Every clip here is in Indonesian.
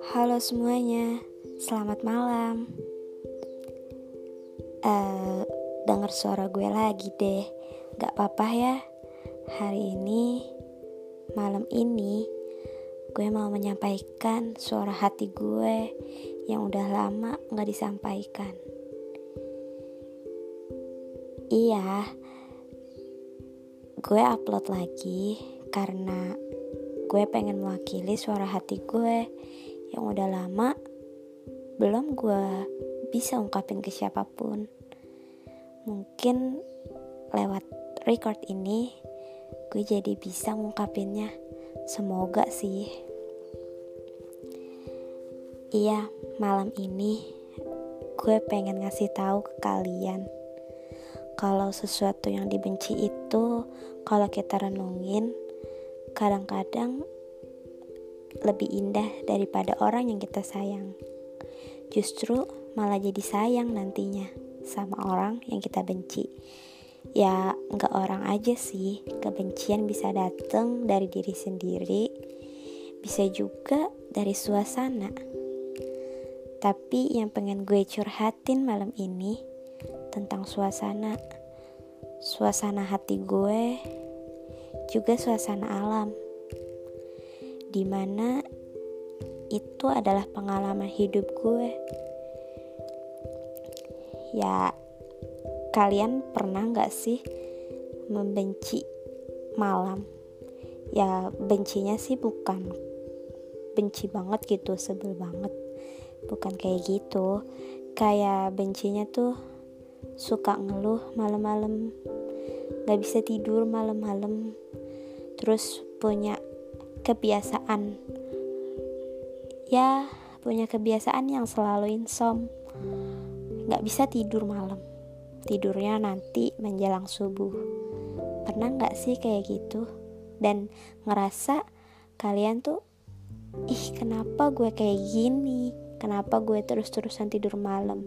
Halo semuanya, selamat malam. Dengar suara gue lagi deh. Gak apa-apa ya. Hari ini, malam ini, gue mau menyampaikan suara hati gue yang udah lama gak disampaikan. Iya, gue upload lagi karena gue pengen mewakili suara hati gue yang udah lama belum gue bisa ungkapin ke siapapun. Mungkin lewat record ini gue jadi bisa ngungkapinnya. Semoga sih. Iya, malam ini gue pengen ngasih tahu ke kalian kalau sesuatu yang dibenci itu kalau kita renungin kadang-kadang lebih indah daripada orang yang kita sayang. Justru malah jadi sayang nantinya sama orang yang kita benci. Ya gak orang aja sih, kebencian bisa datang dari diri sendiri, bisa juga dari suasana. Tapi yang pengen gue curhatin malam ini tentang suasana hati gue, juga suasana alam, dimana itu adalah pengalaman hidup gue. Ya, kalian pernah gak sih membenci malam? Ya, bencinya sih bukan benci banget gitu, sebel banget, bukan kayak gitu. Kayak bencinya tuh suka ngeluh malam-malam, gak bisa tidur malam-malam, terus punya kebiasaan yang selalu insom, gak bisa tidur malam, tidurnya nanti menjelang subuh. Pernah gak sih kayak gitu? Dan ngerasa kalian tuh, kenapa gue kayak gini? Kenapa gue terus-terusan tidur malam?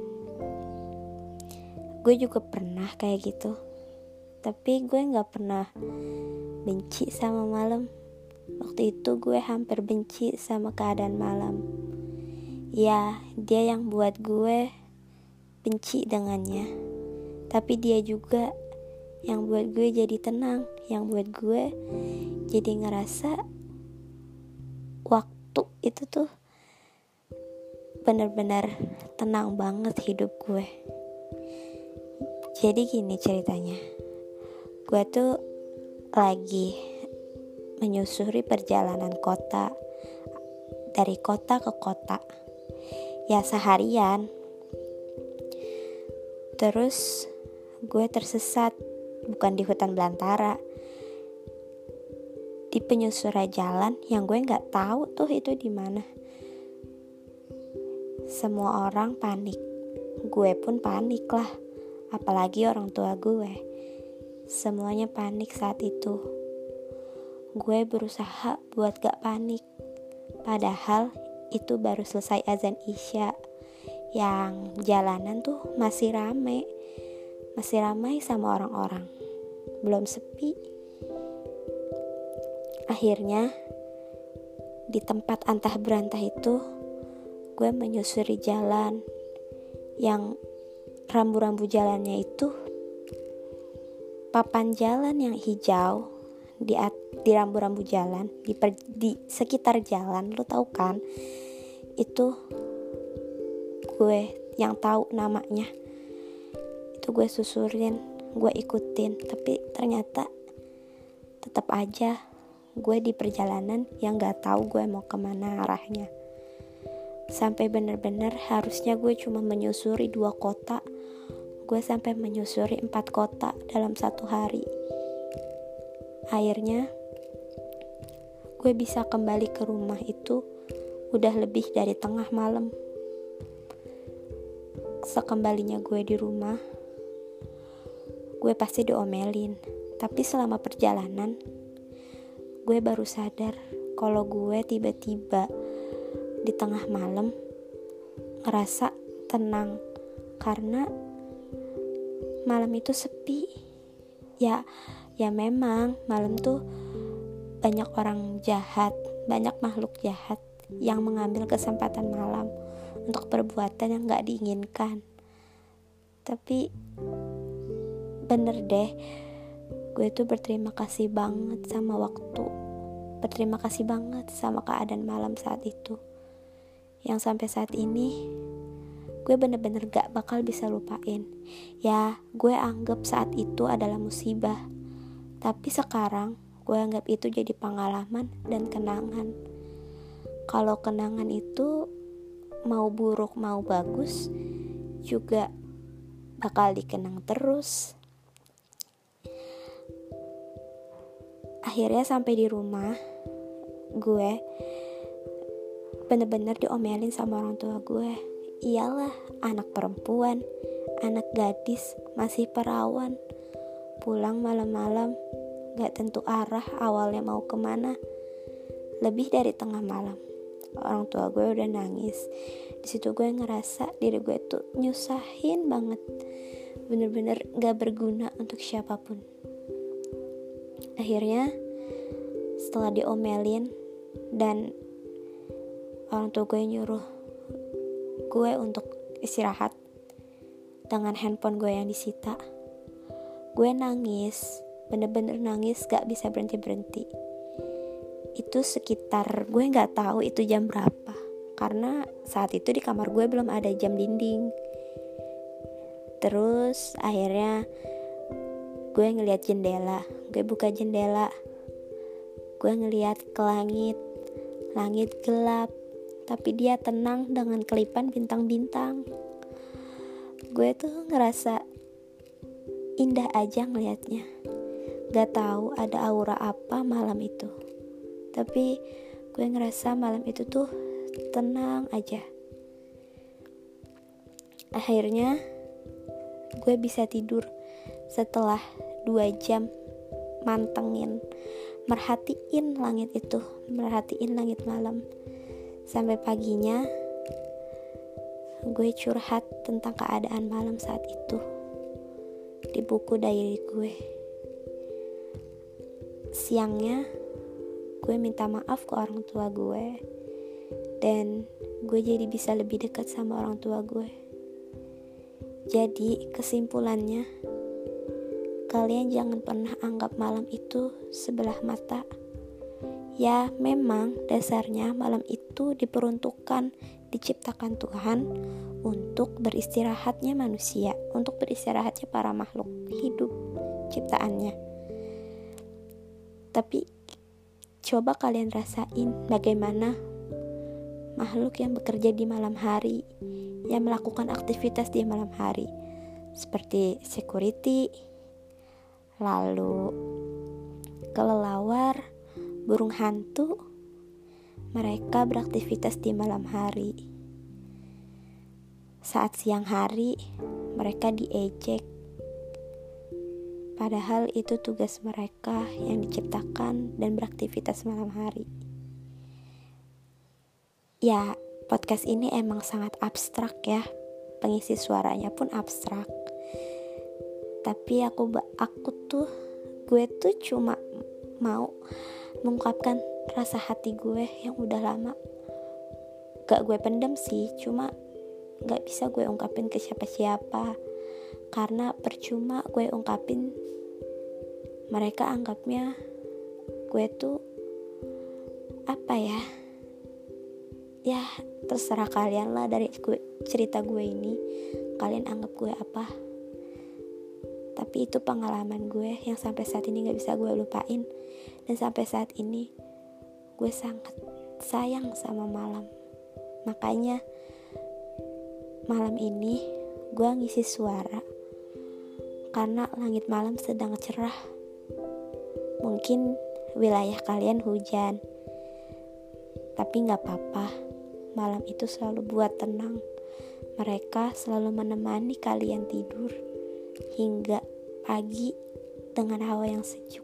Gue juga pernah kayak gitu, tapi gue gak pernah benci sama malam. Waktu itu gue hampir benci sama keadaan malam. Ya, dia yang buat gue benci dengannya, tapi dia juga yang buat gue jadi tenang, yang buat gue jadi ngerasa waktu itu tuh benar-benar tenang banget hidup gue. Jadi gini ceritanya, gue tuh lagi menyusuri perjalanan kota, dari kota ke kota, ya seharian. Terus gue tersesat, bukan di hutan belantara, di penyusuran jalan yang gue nggak tahu tuh itu di mana. Semua orang panik, gue pun panik lah, apalagi orang tua gue. Semuanya panik saat itu. Gue berusaha buat gak panik, padahal itu baru selesai azan Isya. Yang jalanan tuh masih ramai sama orang-orang, belum sepi. Akhirnya di tempat antah berantah itu gue menyusuri jalan yang rambu-rambu jalannya itu papan jalan yang hijau di rambu-rambu jalan, di sekitar jalan, lo tau kan? Itu gue yang tahu namanya. Itu gue susurin, gue ikutin, tapi ternyata tetap aja gue di perjalanan yang gak tahu gue mau kemana arahnya. Sampai bener-bener harusnya gue cuma menyusuri 2 kota, gue sampai menyusuri 4 kota dalam 1 hari. Akhirnya gue bisa kembali ke rumah itu udah lebih dari tengah malam. Sekembalinya gue di rumah, gue pasti diomelin. Tapi selama perjalanan, gue baru sadar kalau gue tiba-tiba di tengah malam ngerasa tenang, karena malam itu sepi. Ya memang malam tuh banyak orang jahat, banyak makhluk jahat yang mengambil kesempatan malam untuk perbuatan yang gak diinginkan. Tapi bener deh, gue tuh berterima kasih banget sama waktu, berterima kasih banget sama keadaan malam saat itu, yang sampai saat ini gue bener-bener gak bakal bisa lupain. Ya, gue anggap saat itu adalah musibah, tapi sekarang gue anggap itu jadi pengalaman dan kenangan. Kalau kenangan itu mau buruk mau bagus juga bakal dikenang terus. Akhirnya sampai di rumah, gue bener-bener diomelin sama orang tua gue. Iyalah, anak perempuan, anak gadis, masih perawan, pulang malam-malam, gak tentu arah awalnya mau kemana. Lebih dari tengah malam, orang tua gue udah nangis. Di situ gue ngerasa diri gue tuh nyusahin banget, bener-bener gak berguna untuk siapapun. Akhirnya setelah diomelin dan orang tua gue nyuruh gue untuk istirahat dengan handphone gue yang disita, gue nangis, bener-bener nangis gak bisa berhenti-berhenti. Itu sekitar, gue gak tahu itu jam berapa, karena saat itu di kamar gue belum ada jam dinding. Terus akhirnya gue ngeliat jendela, gue buka jendela, gue ngeliat ke langit, langit gelap, tapi dia tenang dengan kelipan bintang-bintang. Gue tuh ngerasa indah aja ngeliatnya. Gak tahu ada aura apa malam itu, tapi gue ngerasa malam itu tuh tenang aja. Akhirnya gue bisa tidur setelah 2 jam mantengin, merhatiin langit itu, merhatiin langit malam. Sampai paginya gue curhat tentang keadaan malam saat itu di buku diary gue. Siangnya gue minta maaf ke orang tua gue, dan gue jadi bisa lebih dekat sama orang tua gue. Jadi kesimpulannya, kalian jangan pernah anggap malam itu sebelah mata. Ya, memang dasarnya malam itu diperuntukkan, diciptakan Tuhan untuk beristirahatnya manusia, untuk beristirahatnya para makhluk hidup ciptaannya. Tapi coba kalian rasain bagaimana makhluk yang bekerja di malam hari, yang melakukan aktivitas di malam hari, seperti security, lalu kelelawar, burung hantu. Mereka beraktivitas di malam hari. Saat siang hari, mereka diejek. Padahal itu tugas mereka yang diciptakan dan beraktivitas malam hari. Ya, podcast ini emang sangat abstrak ya. Pengisi suaranya pun abstrak. Tapi gue tuh cuma mau mengungkapkan rasa hati gue yang udah lama gak gue pendam sih, cuma gak bisa gue ungkapin ke siapa-siapa, karena percuma gue ungkapin, mereka anggapnya gue tuh apa ya, terserah kalian lah. Dari cerita gue ini kalian anggap gue apa, tapi itu pengalaman gue yang sampai saat ini gak bisa gue lupain. Dan sampai saat ini gue sangat sayang sama malam. Makanya malam ini gue ngisi suara karena langit malam sedang cerah. Mungkin wilayah kalian hujan, tapi gak apa-apa. Malam itu selalu buat tenang. Mereka selalu menemani kalian tidur hingga pagi dengan hawa yang sejuk.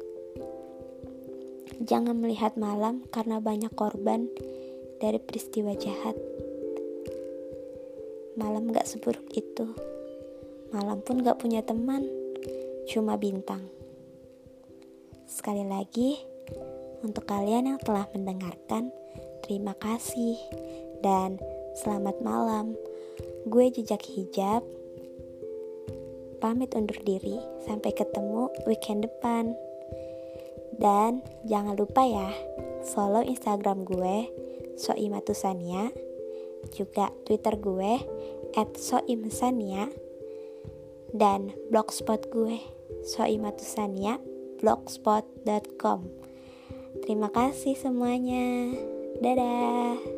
Jangan melihat malam karena banyak korban dari peristiwa jahat. Malam gak seburuk itu. Malam pun gak punya teman, cuma bintang. Sekali lagi, untuk kalian yang telah mendengarkan, terima kasih dan selamat malam. Gue Jejak Hijab, pamit undur diri. Sampai ketemu weekend depan. Dan jangan lupa ya, follow Instagram gue @soimatusania, juga Twitter gue @soimsania, dan blogspot gue soimatusania.blogspot.com. Terima kasih semuanya. Dadah.